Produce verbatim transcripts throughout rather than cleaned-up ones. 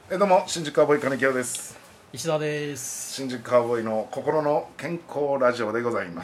えどうも新宿カウボーイ金城です。 石田です。 新宿カウボーイの心の健康ラジオでございます。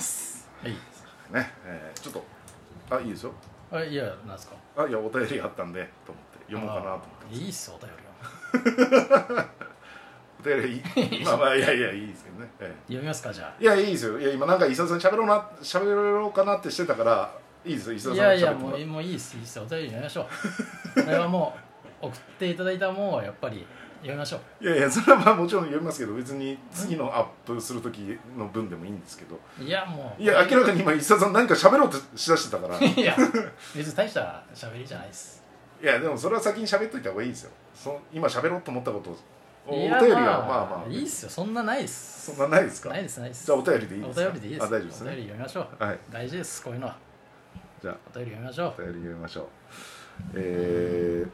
はいね、えー、ちょっとあいいですよ。 あいやなんですか。 あいやお便りあったんでと思って読もうかなと思っていいっすお便りはお便りいいまあまあいやいやいいですけどね、えー、読みますかじゃあ。 いやいいですよ。いや今なんか伊沢さん喋ろうな喋ろうかなってしてたからいいですよ。伊沢さんいやいやもうもういいっすいいっすお便り読みましょうこれはもう送っていただいたものをやっぱり読みましょう。 いやいやそれはまあもちろん読みますけど別に次のアップする時の分でもいいんですけど。 いやもういや明らかに今伊沢さん何か喋ろうとしだしてたからいや別に大した喋りじゃないです。 いやでもそれは先に喋っといた方がいいですよ。そ今喋ろうと思ったことをお便りはまあまあいいっすよ。そんなないっす。 そんなないですか。 ないですないです。 じゃあお便りでいいですか。 お便りでいいです。 あ大丈夫ですね。 お便り読みましょう。 はい。 大事ですこういうのは。 じゃあお便り読みましょう。 お便り読みましょう。え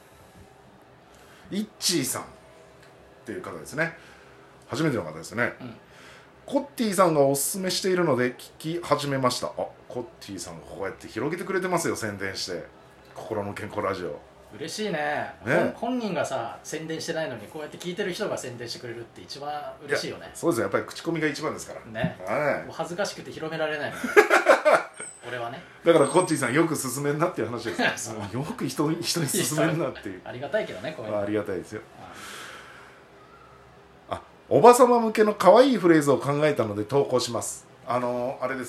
ー、イッチーさんっていう方ですね。初めての方ですね。うん、コッティさんがおすすめしているので聞き始めました。あ、コッティさんがこうやって広げてくれてますよ。宣伝して心の健康ラジオ。 嬉しい ね, ね本人がさ宣伝してないのにこうやって聞いてる人が宣伝してくれるって一番嬉しいよね。 そうですよ。やっぱり口コミが一番ですからね。 はい。 もう恥ずかしくて広められないの俺はね。 だからコッティさんよく勧めんなっていう話ですよく人に人に勧めんなっていうありがたいけどねこういうの。 ありがたいですよ。あ、おばさま向けの可愛いフレーズを考えたので投稿します。あのあれです。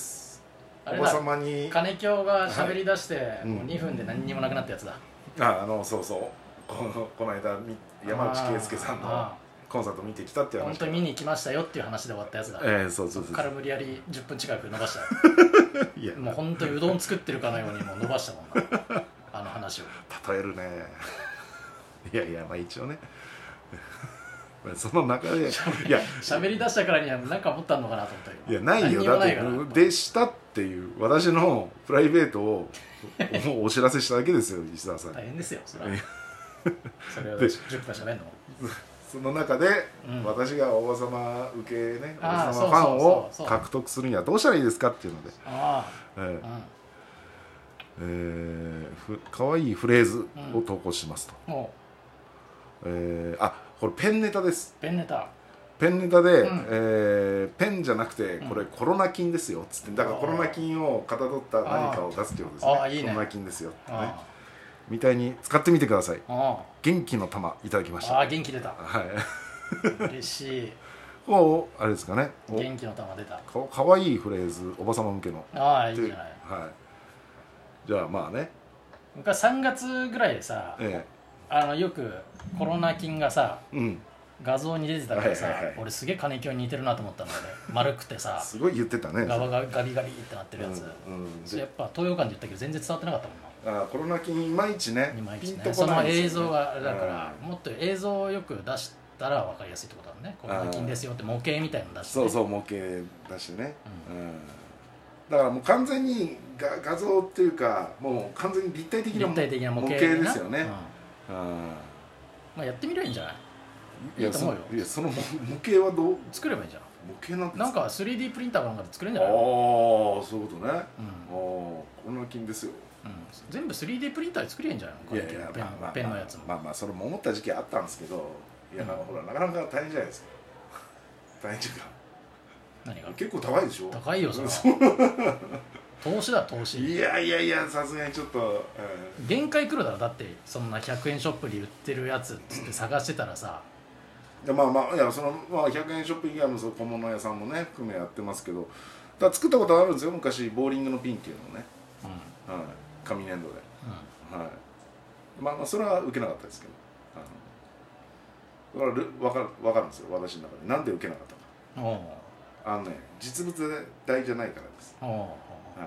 おばさまに金京が喋り出して、はい、もうにふんで何にもなくなったやつだ。 あ, あのそうそうこのこの間山内圭介さんのコンサート見てきたっていう話。 本当に見に行きましたよっていう話で終わったやつだ。 ええそうそうそう。 そっから無理やりじゅっぷん近く伸ばしたいやもう本当にうどん作ってるかのようにもう伸ばしたもんなあの話を例えるねいやいやまあ一応ねその中でいや喋り出したからには何か思ったのかなと思ったけど。 いやないよ。だってでしたっていう私のプライベートをお知らせしただけですよ石澤さん。 大変ですよそれはそれをじゅっぷん喋るのその中で、うん、私がおばさま受けねおばさまファンを獲得するにはどうしたらいいですかっていうのであ、えーうんえー、ふかわいいフレーズを投稿しますと、うんえー、あこれペンネタです。 ペンネタペンネタで、うんえー、ペンじゃなくてこれコロナ菌ですよっつってだからコロナ菌をかたどった何かを出すっていうことですね。ああいいね、コロナ菌ですよってねみたいに使ってみてください。元気の玉いただきました。 ああ元気出た。はい嬉しい。 こうあれですかね。 元気の玉出た。 か, かわいいフレーズおばさま向けの。 ああいいじゃない。 はい。じゃあまあね。 昔さんがつぐらいでさ、ええ、あのよくコロナ菌がさ、うん、画像に出てたからさ、はいはいはい、俺すげえ金京に似てるなと思ったので丸くてさすごい言ってたね。 ガバガガビガビってなってるやつ、うんうん、それやっぱ東洋館で言ったけど全然伝わってなかったもんな。 あコロナ菌いまいちね。 いまいちね。その映像があれだから、うん、もっと映像をよく出したら分かりやすいってことだね。コロナ菌ですよって模型みたいなの出して、ね、 そうそう模型出してね、うんうん、だからもう完全に画画像っていうかもう完全に立体的な立体的な模型ですよね、 うんうん、まあやってみればいいんじゃない。 いやいいと思うよ。いやその模型はどう作ればいいんじゃん。 模型なんてなんか スリーディー プリンターかなんかで作れるんじゃない。 ああそういうことね、うん、ああコロナ菌ですよ、 うん、全部 スリーディー プリンターで作れるんじゃないの。いやいやペン、まあまあ、ペンのやつもまあまあそれも思った時期あったんですけどいや、うん、ほらなかなか大変じゃないですか大変っていうか何が結構高いでしょ。 高いよそれは投資だ投資。 いやいやいやさすがにちょっと、 うん、限界来るだろ。だってそんなひゃくえんショップで売ってるやつって探してたらさまあまあいやその、まあ、ひゃくえんショップ以外も小物屋さんもね含めやってますけどだから作ったことあるんですよ昔ボーリングのピンっていうのをね、うんはい、紙粘土で、うんはい、まあまあそれは受けなかったですけどだから分かる分かるんですよ私の中でなんで受けなかったか。あのね実物大じゃないからです。はい、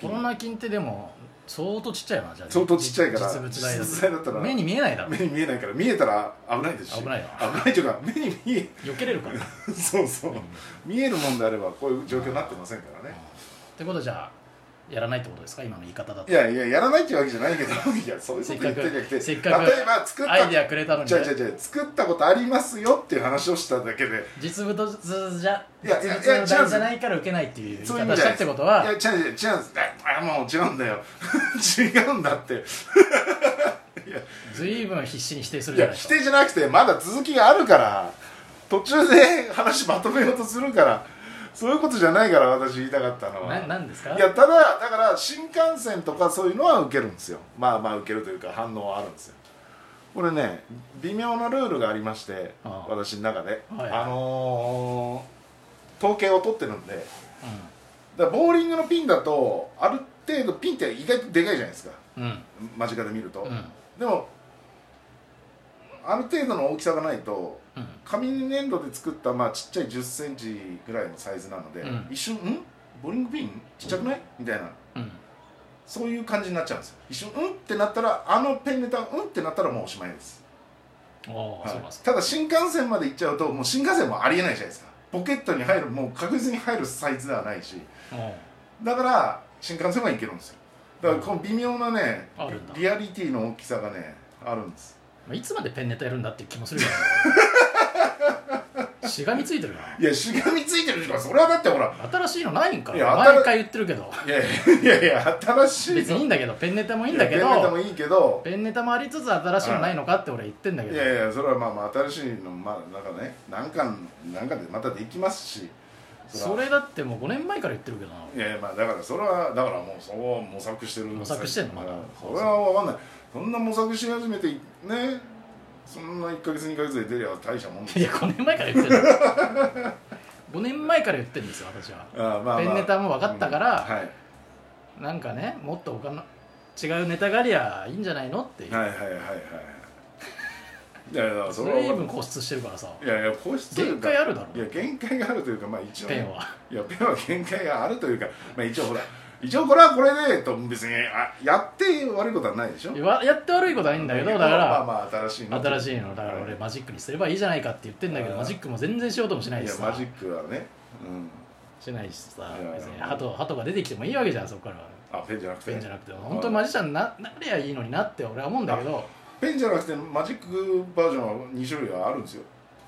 コロナ菌ってでも相当ちっちゃいよな。じゃあ相当ちっちゃいから実物大だ実物大だったら目に見えないだろ。 目に見えないから見えたら危ないですし危ないよ危ないというか目に見え避けれるからそうそう、うん、見えるもんであればこういう状況になってませんからね。 ってことじゃあやらないってことですか今の言い方だと。 いやいややらないっていうわけじゃないけどいやそういうこと言ってんじゃなくてせっかく例えば作ったアイデアくれたのに、ね、 違う違う違う作ったことありますよっていう話をしただけで実物じゃ実物大じゃないから受けないっていう言い方したってことは。 いや違う違う違うんですあもう違うんだよ違うんだっていずいぶん必死に否定するいやじゃないですか。 否定じゃなくてまだ続きがあるから途中で話まとめようとするからそういうことじゃないから私言いたかったのはななんですか。 いやただだから新幹線とかそういうのは受けるんですよ。まあまあ受けるというか反応はあるんですよ。これね微妙なルールがありましてああ私の中で、 はい、 あのー、統計を取ってるんで、うん、だからボーリングのピンだとある程度ピンって意外とでかいじゃないですか、うん、間近で見ると、うん、でもある程度の大きさがないと、うん、紙粘土で作ったまあちっちゃいじゅっセンチぐらいのサイズなので、うん、一瞬んボーリングピンちっちゃくない、うん、みたいな、うん、そういう感じになっちゃうんですよ。一瞬うんってなったらあのペンネタうんってなったらもうおしまいです。はい、ただ新幹線まで行っちゃうともう新幹線もありえないじゃないですか。ポケットに入るもう確実に入るサイズではないし、だから新幹線は行けるんですよ。だからこの微妙なねリアリティの大きさがねあるんです。 いつまでペンネタやるんだっていう気もするじゃないしがみついてるな。 いやしがみついてるからそれはだってほら新しいのないんか。毎回言ってるけど。 いやいやいや新しい別にいいんだけどペンネタもいいんだけどペンネタもいいけどペンネタもありつつ新しいのないのかって俺言ってんだけど。 いやいやそれはまあまあ新しいのまあなんかね何かなんかでまたできますし。 それだってもうごねんまえから言ってるけどな。 いやいやまあだからそれはだからもうそう模索してる模索してんのまだ。 それは分かんない。そんな模索し始めてねそんないっかげつにかげつで出りゃ大したもんですよ。 いやごねんまえから言ってるごねんまえから言ってるんですよ私は。ああ、まあまあ、ペンネタも分かったから、うんはい、なんかねもっと他の違うネタがありゃいいんじゃないのっていう。はいはいはいはいいやいやそれは随分固執してるからさ。 いやいや固執というか限界あるだろ。 いや限界があるというかまあ一応、ね、 ペンはいやペンは限界があるというかまあ一応ほら一応これはこれでと別にあやって悪いことはないでしょ。 やって悪いことはいいんだけどだからまあまあ新しいの新しいのだから俺マジックにすればいいじゃないかって言ってんだけどマジックも全然しようともしないしさ。 いやマジックはねうんしないしさ別にハトハトが出てきてもいいわけじゃんそこからは。 あペンじゃなくてペンじゃなくて本当にマジシャンに な, なりゃいいのになって俺は思うんだけど。 ペンじゃなくてマジックバージョンはに種類はあるんですよ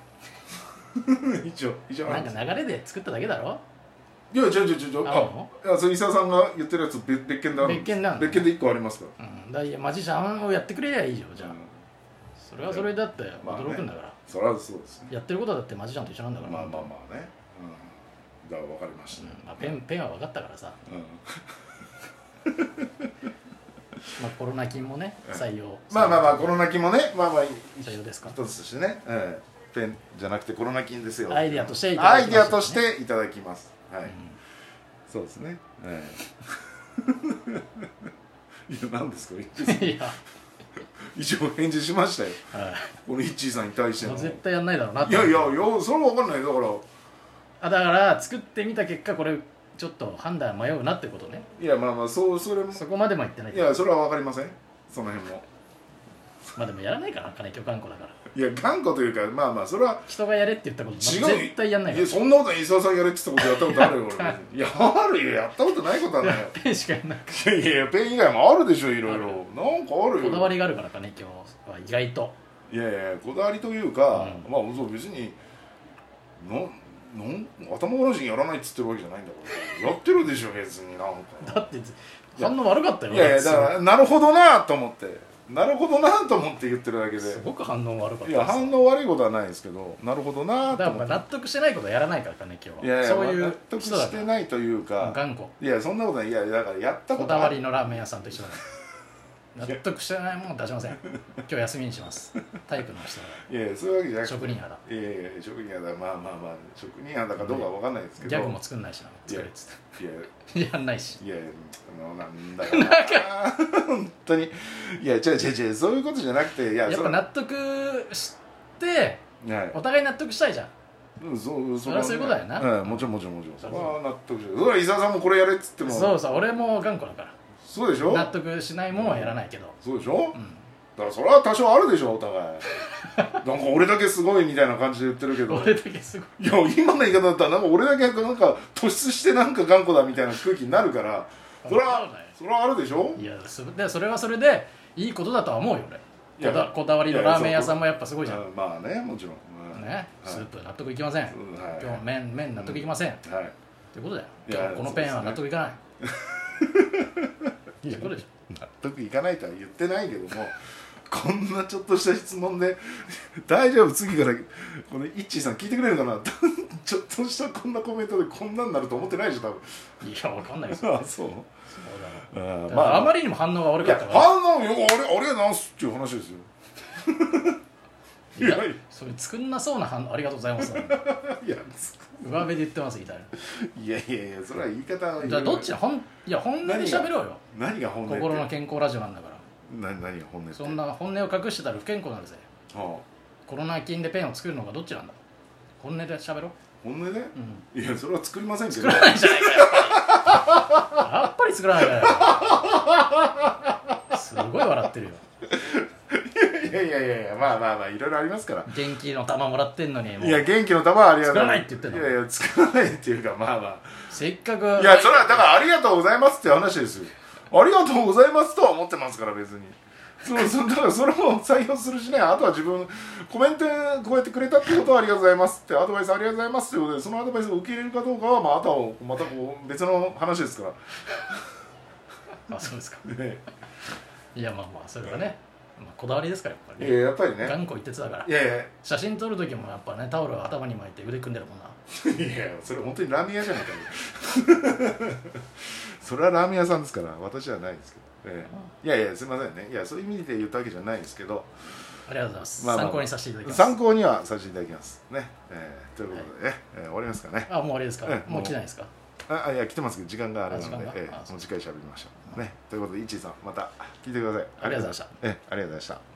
一応一応なんか流れで作っただけだろ。 いや違う違う違うあいやそれ伊沢さんが言ってるやつ 別, 別件であるんです。 別件なん別件でいっこありますから、うん、だいやマジシャンをやってくれりゃいいじゃんじゃあ、うん、それはそれだって驚くんだから、まあね、 それはそうですね。 やってることだってマジシャンと一緒なんだから。 まあまあまあね、うん、だから分かりました、ねうんまあ、ペンペンは分かったからさ、うんまあコロナ菌もね採用、 まあまあまあコロナ菌もねまあまあ採用ですか一つとしてね、うん、ペンじゃなくてコロナ菌ですよ。 アイディアとしていただきます、ね、 アイディアとしていただきます。はい、うん、そうですね。はい、いや何ですかいや一応返事しましたよ。はい、このイッチーさんに対しての。 絶対やんないだろうなって。 いやいやいやそれは分かんないだから。 あだから作ってみた結果これちょっと判断迷うなってことね。 いやまあまあそうそれもそこまでも言ってない。 いやそれは分かりませんその辺も。 まあでもやらないかな金京頑固だから。 いや頑固というかまあまあそれは人がやれって言ったこと違う絶対やんないから。 いやそんなこと伊沢さんやれって言ったことやったことあるよ俺。いやあるよやったことないことはないよ。 ペンしかやんない。 いやいやペン以外もあるでしょいろいろ。なんかあるよ。 こだわりがあるから金京は意外と。 いやいやこだわりというか、うん、まあそう別にのなん頭ごなしにやらないっつってるわけじゃないんだからやってるでしょ別になんか。 だって反応悪かったよ。 いやいやだからなるほどなと思ってなるほどなと思って言ってるだけで。 すごく反応悪かった。 いや反応悪いことはないですけどなるほどなと思って。 だから納得してないことはやらないから金京は。 いやいやそういう納得してないというか頑固。 いやそんなことない。いやだからやったことこだわりのラーメン屋さんと一緒だね。納得してないもの出しません。今日休みにします。タイプの人は。 いやいやそういうわけじゃなくて職人派だ。 いやいや職人派だまあまあまあ職人派だかどうかわかんないですけど。 ギャグも作んないしな。作れっつって。いややんないし。 いやいやなんだかな本当にいや違う違う違うそういうことじゃなくていややっぱ納得してお互い納得したいじゃん。うんそうそれはそういうことだよな。 うんもちろんもちろんもちろん。それは納得して。それは伊沢さんもこれやれっつっても。 そうそう俺も頑固だから。 そうでしょ。 納得しないもんはやらないけど。 そうでしょ。うん。だからそれは多少あるでしょお互い。なんか俺だけすごいみたいな感じで言ってるけど。 俺だけすごい。 いや今の言い方だったらなんか俺だけなんか突出してなんか頑固だみたいな空気になるから。それはそれはあるでしょ。 いやそれはそれでいいことだとは思うよ俺。こだこだわりのラーメン屋さんもやっぱすごいじゃん。 まあねもちろん。 ねスープ納得いきません。今日麺麺納得いきません。はい。ということだよ。今日このペンは納得いかない。納得いかないとは言ってないけどもこんなちょっとした質問で大丈夫、次からこのイッチーさん聞いてくれるかなちょっとしたこんなコメントでこんなんなると思ってないでしょ多分。 いやわかんないですよ。 あそうそうだな、あ、まあ、あまりにも反応が悪かったから、 反応よ、あれありがとうございますっていう話ですよ。 いやそれ作んなそうな反応ありがとうございますいや上辺で言ってますみたいな。 いやいやいや、それは言い方は。 じゃあどっちだ、本いや本音で喋ろうよ。 何が本音？ 心の健康ラジオなんだから。 何何が本音って？ そんな本音を隠してたら不健康になるぜ。はあ、コロナ菌でペンを作るのがどっちなんだ。本音で喋ろう。 本音で？うん、いやそれは作りませんけど。 作らないじゃないかやっぱり。やっぱり作らないかよ。すごい笑ってるよ。 いやいやいやいや、まあまあまあいろいろありますから。 元気の玉もらってんのにもう。 いや元気の玉はありがとう。 作らないって言ってんの。 いやいや作らないっていうか、まあまあせっかく。 いやそれはだからありがとうございますっていう話ですよ。ありがとうございますとは思ってますから別に。そうそう、だからそれも採用するしね、あとは自分コメントこうやってくれたってことはありがとうございますってアドバイスありがとうございますっていうことで、そのアドバイスを受け入れるかどうかはまああとはまたこう別の話ですから。 あ、そうですか。 ね、いやまあまあそれはね、まあ、こだわりですからやっぱり、ね。 いややっぱりね。 頑固一徹だから。 いやいや。 写真撮る時もやっぱねタオルを頭に巻いて腕組んでるもんな。 いやそれ本当にラーメン屋じゃないか。それはラーメン屋さんですから私はないですけど。ええ、いやいやすみませんね。いやそういう意味で言ったわけじゃないんですけど。 ありがとうございます。まあまあ、参考にさせていただきます。 参考にはさせていただきますね。えー、ということで、はい、えー、終わりますかね。 あ、もう終わりですか。えー、もう来てないですか。 あ、いや来てますけど時間があるので、えー、もう次回しゃべりましょうね。ということでイッチーさんまた聞いてください。 ありがとうございました。 えー、ありがとうございました。